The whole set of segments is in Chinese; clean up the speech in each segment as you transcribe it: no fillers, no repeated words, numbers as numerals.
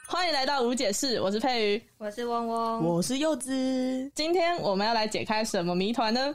欢迎来到无解释，我是佩瑜， 我是嗡嗡， 我是柚子。 今天我们要来解开什么谜团呢？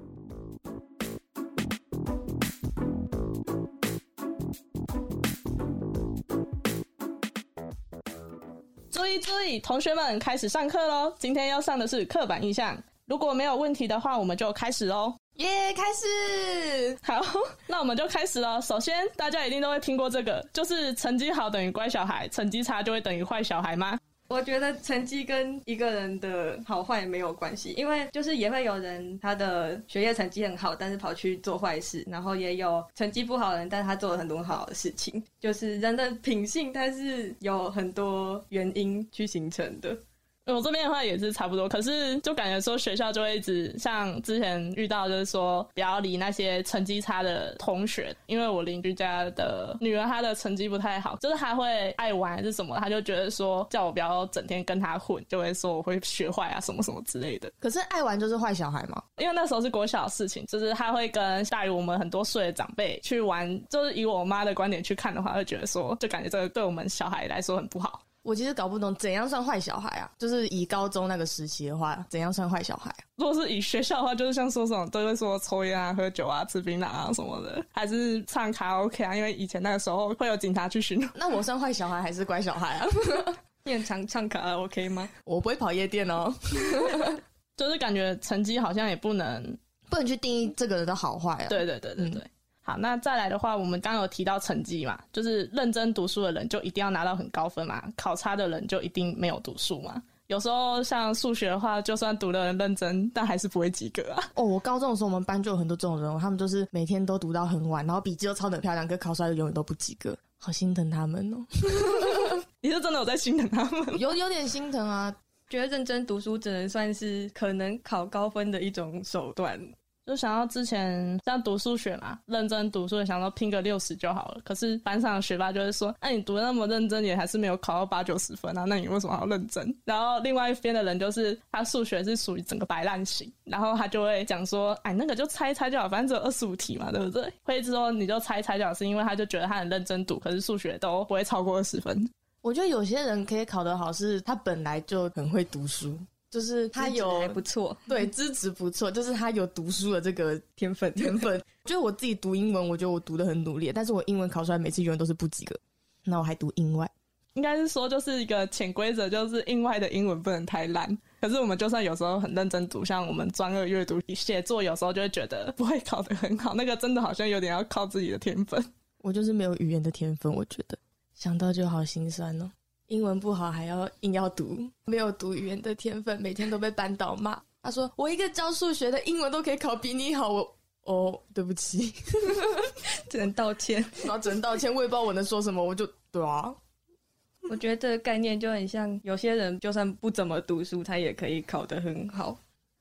注意注意，同学们开始上课咯，今天要上的是刻板印象，如果没有问题的话我们就开始咯。 耶，开始！ 好，那我们就开始了。首先大家一定都会听过这个，就是成绩好等于乖小孩，成绩差就会等于坏小孩吗？ 我觉得成绩跟一个人的好坏没有关系，因为就是也会有人他的学业成绩很好，但是跑去做坏事，然后也有成绩不好的人，但是他做了很多好的事情。就是人的品性它是有很多原因去形成的。 我这边的话也是差不多，可是就感觉说学校就会一直像之前遇到，就是说不要理那些成绩差的同学，因为我邻居家的女儿她的成绩不太好，就是她会爱玩还是什么，她就觉得说叫我不要整天跟她混，就会说我会学坏啊什么什么之类的。 可是爱玩就是坏小孩吗？ 因为那时候是国小的事情，就是她会跟大于我们很多岁的长辈去玩，就是以我妈的观点去看的话，会觉得说就感觉这个对我们小孩来说很不好。 我其实搞不懂怎样算坏小孩啊，就是以高中那个时期的话，怎样算坏小孩啊？ 如果是以学校的话，就是像说什么都会说抽烟啊、喝酒啊、吃槟榔啊什么的，还是唱卡拉 OK 啊，因为以前那个时候会有警察去巡逻。 那我算坏小孩还是乖小孩啊？ 你很常唱卡拉 OK 吗？ 我不会跑夜店哦。 就是感觉成绩好像也不能去定义这个人的好坏啊。 对。好，那再来的话，我们刚刚有提到成绩嘛，就是认真读书的人就一定要拿到很高分嘛，考差的人就一定没有读书嘛。有时候像数学的话，就算读的人认真，但还是不会及格啊。 哦，我高中的时候我们班就有很多这种人，他们就是每天都读到很晚，然后笔记都抄得很漂亮，可考出来就永远都不及格，好心疼他们哦。 你是真的有在心疼他们？ 有点心疼啊。 觉得认真读书只能算是可能考高分的一种手段。 就想到之前像读数学嘛，认真读书想说拼个60就好了，可是班上的学霸就会说你读得那么认真也还是没有考到80-90分啊，那你为什么要认真？然后另外一边的人就是他数学是属于整个摆烂型，然后他就会讲说那个就猜一猜就好，反正只有25题嘛，对不对？会说你就猜一猜就好，是因为他就觉得他很认真读，可是数学都不会超过20分。 我觉得有些人可以考得好是他本来就很会读书，就是他有还不错， 对，资质不错，就是他有读书的这个天分。就是我自己读英文，我觉得我读得很努力，但是我英文考出来每次永远都是不及格，那我还读英外。 应该是说就是一个潜规则，就是英外的英文不能太烂，可是我们就算有时候很认真读，像我们专2阅读写作，有时候就会觉得不会考得很好，那个真的好像有点要靠自己的天分。 我就是没有语言的天分，我觉得想到就好心酸哦。英文不好还要硬要读，没有读语言的天分，每天都被班导骂。他说我一个教数学的英文都可以考比你好，对不起。 只能道歉。 然后只能道歉，我也不知道我能说什么，我就对啊。 我觉得这个概念就很像有些人就算不怎么读书他也可以考得很好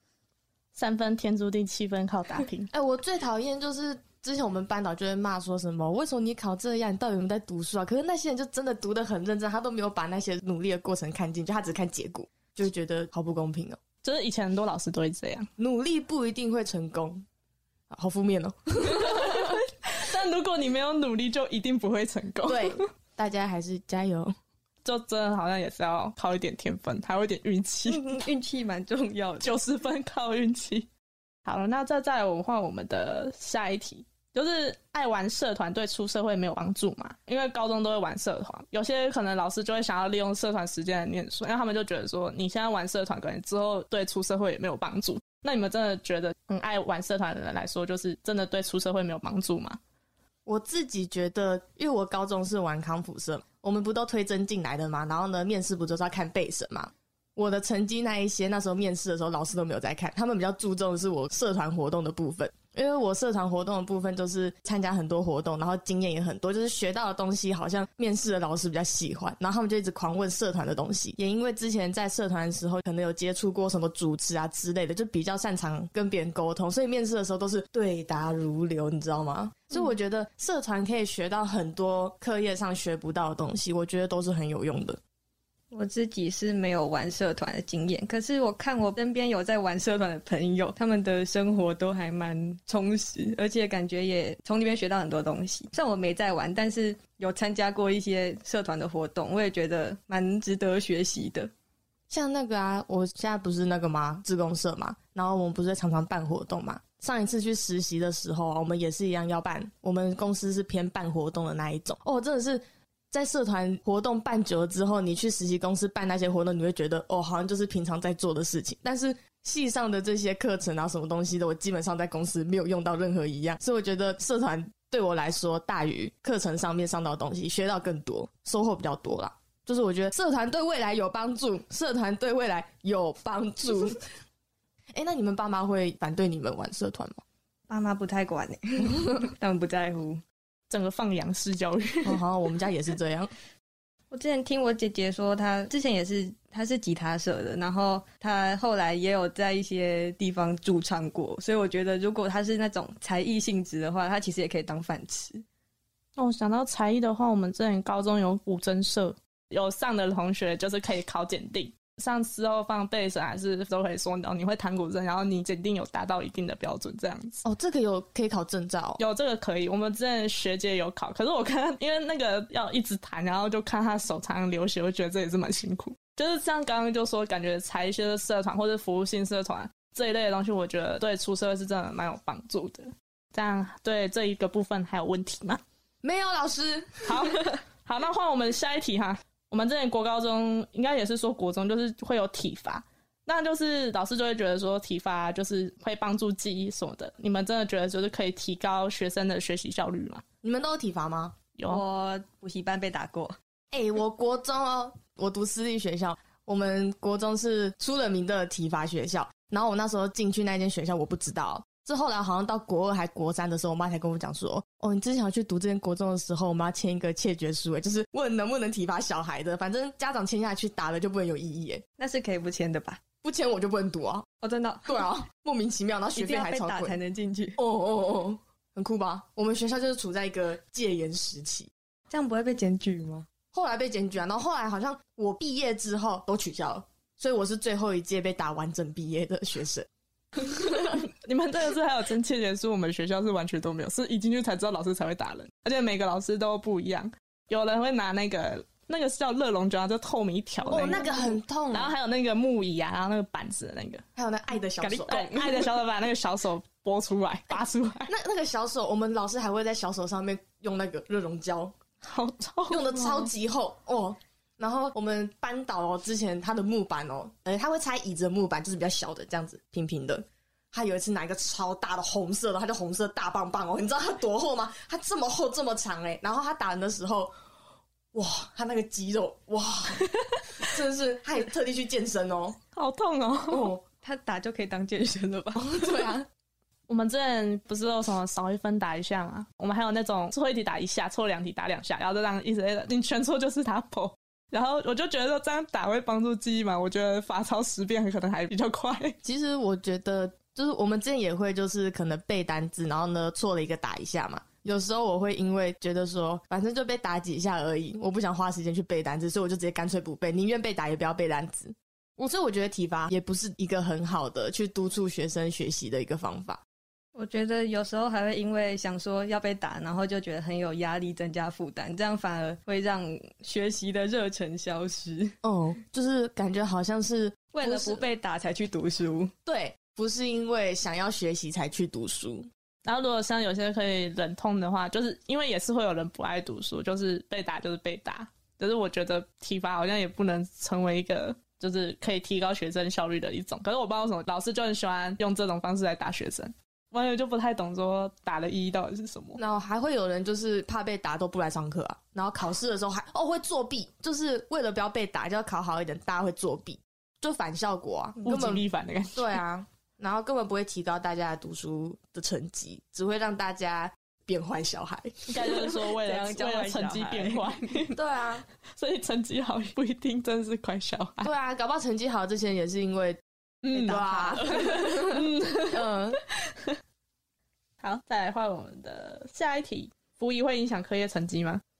，3分天注定，7分靠打拼。 我最讨厌就是之前我们班导就会骂说什么为什么你考这样，你到底有没有在读书啊？可是那些人就真的读得很认真，他都没有把那些努力的过程看进去，他只看结果，就会觉得好不公平哦。 就是以前很多老师都会这样， 努力不一定会成功，好负面哦。 但如果你没有努力就一定不会成功。 对，大家还是加油。 就真的好像也是要靠一点天分，还有一点运气。 运气蛮重要的 ，90分靠运气。好了，那再来我们换我们的下一题，就是爱玩社团对出社会没有帮助嘛？因为高中都会玩社团，有些可能老师就会想要利用社团时间来念书，因为他们就觉得说你现在玩社团可能之后对出社会也没有帮助。那你们真的觉得很爱玩社团的人来说，就是真的对出社会没有帮助吗？ 我自己觉得，因为我高中是玩康复社，我们不都推甄进来的嘛，然后呢面试不就是要看备审嘛。我的成绩那一些那时候面试的时候老师都没有在看，他们比较注重的是我社团活动的部分，因为我社团活动的部分就是参加很多活动，然后经验也很多，就是学到的东西好像面试的老师比较喜欢，然后他们就一直狂问社团的东西。也因为之前在社团的时候可能有接触过什么主持啊之类的，就比较擅长跟别人沟通，所以面试的时候都是对答如流，你知道吗？所以我觉得社团可以学到很多课业上学不到的东西，我觉得都是很有用的。 我自己是没有玩社团的经验，可是我看我身边有在玩社团的朋友，他们的生活都还蛮充实，而且感觉也从里面学到很多东西。虽然我没在玩，但是有参加过一些社团的活动，我也觉得蛮值得学习的。 像那个啊，我现在不是那个吗？志工社嘛，然后我们不是常常办活动嘛。上一次去实习的时候，我们也是一样要办，我们公司是偏办活动的那一种。哦，真的是在社团活动办久了之后，你去实习公司办那些活动，你会觉得哦，好像就是平常在做的事情。但是系上的这些课程啊，什么东西的，我基本上在公司没有用到任何一样。所以我觉得社团对我来说，大于课程上面上到的东西，学到更多，收获比较多啦。就是我觉得社团对未来有帮助，社团对未来有帮助。那你们爸妈会反对你们玩社团吗？ 爸妈不太管他们不在乎， 整个放养式教育。 好，我们家也是这样。 我之前听我姐姐说，她之前她是吉他社的，然后她后来也有在一些地方驻唱过，所以我觉得如果她是那种才艺性质的话，她其实也可以当饭吃。 想到才艺的话，我们之前高中有古筝社，有上的同学就是可以考检定，上之后放备审还是都可以说你会弹古筝，然后你检定有达到一定的标准这样子。 这个可以考证照有这个可以，我们之前学姐有考，可是我看因为那个要一直弹，然后就看他手常常流血，我觉得这也是蛮辛苦。就是像刚刚就说，感觉才一些社团或者服务性社团这一类的东西，我觉得对出社会是真的蛮有帮助的。这样对这一个部分还有问题吗？ 没有，老师。 好，那换我们下一题哈。我们之前国高中应该也是说国中就是会有体罚，那就是老师就会觉得说体罚就是会帮助记忆什么的。你们真的觉得就是可以提高学生的学习效率吗？ 你们都有体罚吗？ 有， 我补习班被打过。 我国中我读私立学校，我们国中是出了名的体罚学校。然后我那时候进去那间学校，我不知道。是后来好像到国2还国3的时候，我妈才跟我讲说，你之前要去读这间国中的时候，我们要签一个切决书，就是问能不能体罚小孩的，反正家长签下去打了就不能有异议。 那是可以不签的吧？ 不签我就不能读啊。 真的？ 对啊，莫名其妙，然后学费还超贵， 一定要被打才能进去。 很酷吧？我们学校就是处在一个戒严时期。 这样不会被检举吗？ 后来被检举啊，然后后来好像我毕业之后都取消了，所以我是最后一届被打完整毕业的学生。 你们这个是还有真切结束，我们学校是完全都没有，是一进去才知道老师才会打人，而且每个老师都不一样。有人会拿那个是叫热熔胶，就透明一条那个很痛。 然后还有那个木椅啊，然后那个板子的那个， 还有那爱的小手， 爱的小手把那个小手拔出来。 那个小手，我们老师还会在小手上面用那个热熔胶， 好臭， 用的超级厚然后我们班导之前他的木板他会拆椅子的木板，就是比较小的这样子平平的。他有一次拿一个超大的红色的，他叫红色大棒棒你知道它多厚吗？它这么厚这么长然后他打人的时候，哇，他那个肌肉哇，真的是他也特地去健身好痛他打就可以当健身了吧？ 对啊。 我们之前不是有什么少一分打一下吗？我们还有那种错一题打一下，错2题打2下，然后就这样一直你全错就是他跑。然后我就觉得说这样打会帮助记忆嘛，我觉得罚抄10遍可能还比较快。 其实我觉得就是我们之前也会就是可能背单字，然后呢错了一个打一下嘛。有时候我会因为觉得说反正就被打几下而已，我不想花时间去背单字，所以我就直接干脆不背，宁愿被打也不要背单字。所以我觉得体罚也不是一个很好的去督促学生学习的一个方法。 我觉得有时候还会因为想说要被打，然后就觉得很有压力，增加负担，这样反而会让学习的热忱消失。 就是感觉好像是为了不被打才去读书。 对，不是因为想要学习才去读书。 然后如果像有些可以忍痛的话，就是因为也是会有人不爱读书，就是被打就是被打。可是我觉得体罚好像也不能成为一个就是可以提高学生效率的一种。可是我不知道为什么老师就很喜欢用这种方式来打学生。我也就不太懂说打的意义到底是什么。 然后还会有人就是怕被打都不来上课啊，然后考试的时候还会作弊，就是为了不要被打就要考好一点，大家会作弊，就反效果啊， 物极必反的感觉。 对啊，然后根本不会提高大家的读书的成绩，只会让大家变坏小孩。 应该就是说为了成绩变坏。 对啊， 所以成绩好不一定真的是坏小孩。 对啊，搞不好成绩好之前也是因为对啊。 好，再来换我们的下一题。服役会影响课业成绩吗？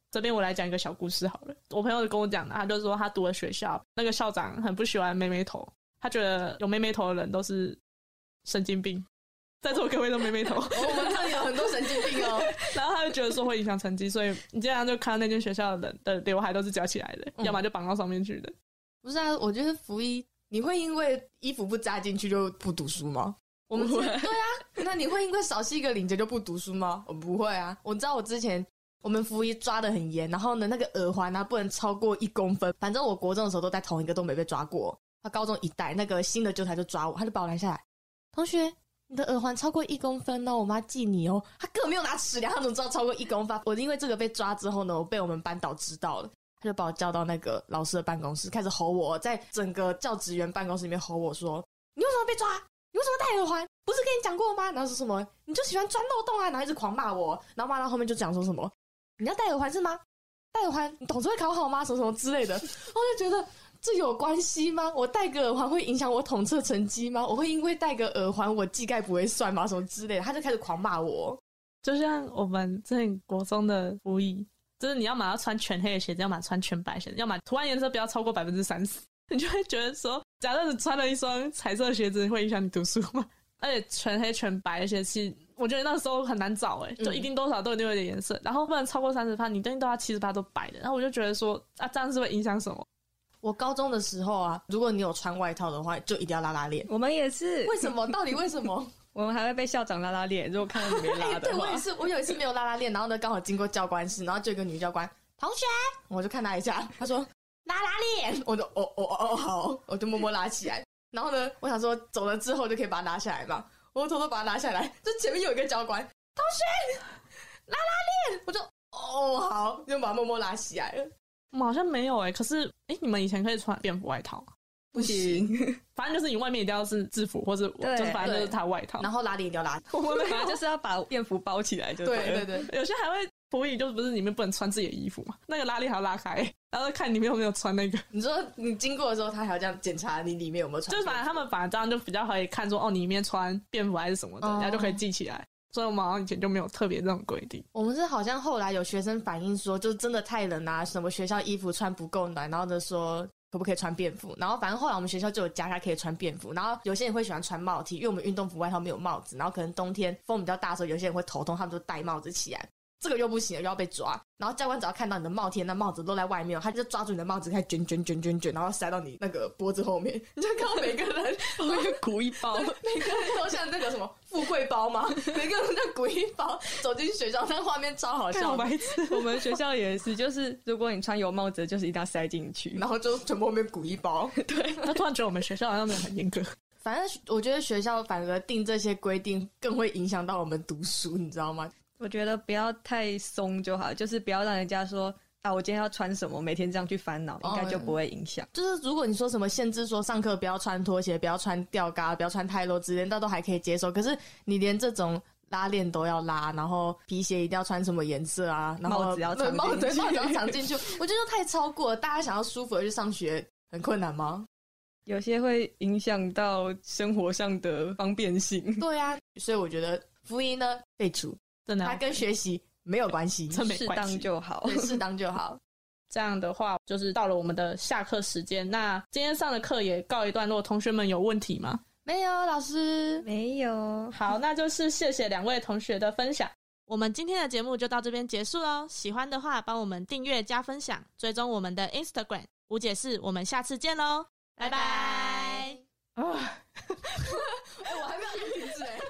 这边我来讲一个小故事好了。我朋友跟我讲的，他就说他读的学校那个校长很不喜欢妹妹头，他觉得有妹妹头的人都是神经病，在座各位都妹妹头我们这里有很多神经病哦。 然后他就觉得说会影响成绩，所以你经常就看到那间学校的人的刘海都是夹起来的，要么就绑到上面去的。 不是啊，我觉得服役你会因为衣服不扎进去就不读书吗？我们对啊，那你会因为少系一个领结就不读书吗？我不会啊。我知道我之前我们服役抓得很严，然后呢那个耳环啊不能超过1公分，反正我国中的时候都戴同一个，都没被抓过。他高中一戴那个新的纠察就抓我，他就把我拦下来，同学你的耳环超过1公分哦，我妈记你哦。他根本没有拿尺量，他怎么知道超过1公分？我因为这个被抓之后呢，我被我们班导知道了，他就把我叫到那个老师的办公室，开始吼我，在整个教职员办公室里面吼我说：“你为什么被抓？你为什么戴耳环？不是跟你讲过吗？”然后说什么你就喜欢钻漏洞啊，然后一直狂骂我，然后骂到后面就讲说什么你要戴耳环是吗？戴耳环你统测会考好吗？什么什么之类的。我就觉得这有关系吗？我戴个耳环会影响我统测成绩吗？我会因为戴个耳环我技概不会算吗？什么之类的，他就开始狂骂我。 就像我们之前国中的服役，就是你要么要穿全黑的鞋子，要么穿全白鞋子，要么图案颜色不要超过30%，你就会觉得说，假设你穿了一双彩色的鞋子，会影响你读书吗？而且全黑全白的鞋子，我觉得那时候很难找就一定多少都一定有点颜色，然后不能超过30%，你一定都要70%都白的。然后我就觉得说，这样是会影响什么？ 我高中的时候啊，如果你有穿外套的话，就一定要拉拉链。 我们也是。 为什么？到底为什么？ 我们还会被校长拉拉链，如果看到你没拉的话。 对，我也是。我有一次没有拉拉链，然后呢，刚好经过教官室，然后就有一个女教官，同学，我就看她一下，她说拉拉链，我就好，我就默默拉起来。然后呢，我想说走了之后就可以把它拉下来嘛，我就偷偷把它拉下来，就前面有一个教官，同学拉拉链，我就好，就把它默默拉起来了。 我们好像没有可是你们以前可以穿便服外套吗？ 不行， 反正就是你外面一定要是制服，或者就反正就是他外套， 然后拉链一定要拉。 我们反正就是要把便服包起来就对。 对， 有些还会服役，就不是里面不能穿自己的衣服嘛，那个拉链还要拉开，然后看里面有没有穿那个。 你说你经过的时候，他还要这样检查你里面有没有穿， 就是反正他们反正这样就比较可以看说你里面穿便服还是什么的，然后就可以记起来。所以我们好像以前就没有特别这种规定。 我们是好像后来有学生反映说，就真的太冷啊，什么学校衣服穿不够暖，然后呢说可不可以穿便服，然后反正后来我们学校就有加开可以穿便服，然后有些人会喜欢穿帽 T， 因为我们运动服外套没有帽子，然后可能冬天风比较大的时候，有些人会头痛，他们就戴帽子起来，这个又不行了，又要被抓。然后教官只要看到你的帽 T 那帽子露在外面，他就抓住你的帽子开始卷，然后塞到你那个脖子后面，你就看到每个人后面鼓一包， 每个人都像那个什么富贵包嘛，每个人都鼓一包走进学校，那画面超好笑。 白痴， 我们学校也是，就是如果你穿有帽子，就是一定要塞进去， 然后就全部后面鼓一包。 对， 他突然觉得我们学校好像没有很严格。 反正我觉得学校反而定这些规定更会影响到我们读书，你知道吗？ 我觉得不要太松就好，就是不要让人家说我今天要穿什么，每天这样去烦恼，应该就不会影响。 就是如果你说什么限制说上课不要穿拖鞋，不要穿吊嘎，不要穿太露之类的，那都还可以接受。可是你连这种拉链都要拉，然后皮鞋一定要穿什么颜色啊，然后帽子要藏进去， 帽子要藏进去，我觉得太超过了。大家想要舒服的去上学很困难吗？ 有些会影响到生活上的方便性。 对啊，所以我觉得福音呢废除， 真的它跟学习没有关系， 适当就好， 对，适当就好。 这样的话，就是到了我们的下课时间。那今天上的课也告一段落，同学们有问题吗？ 没有，老师没有。 好，那就是谢谢2位同学的分享。我们今天的节目就到这边结束咯，喜欢的话帮我们订阅加分享，追踪我们的 Instagram 无解释，我们下次见咯，拜拜。 我还没有停止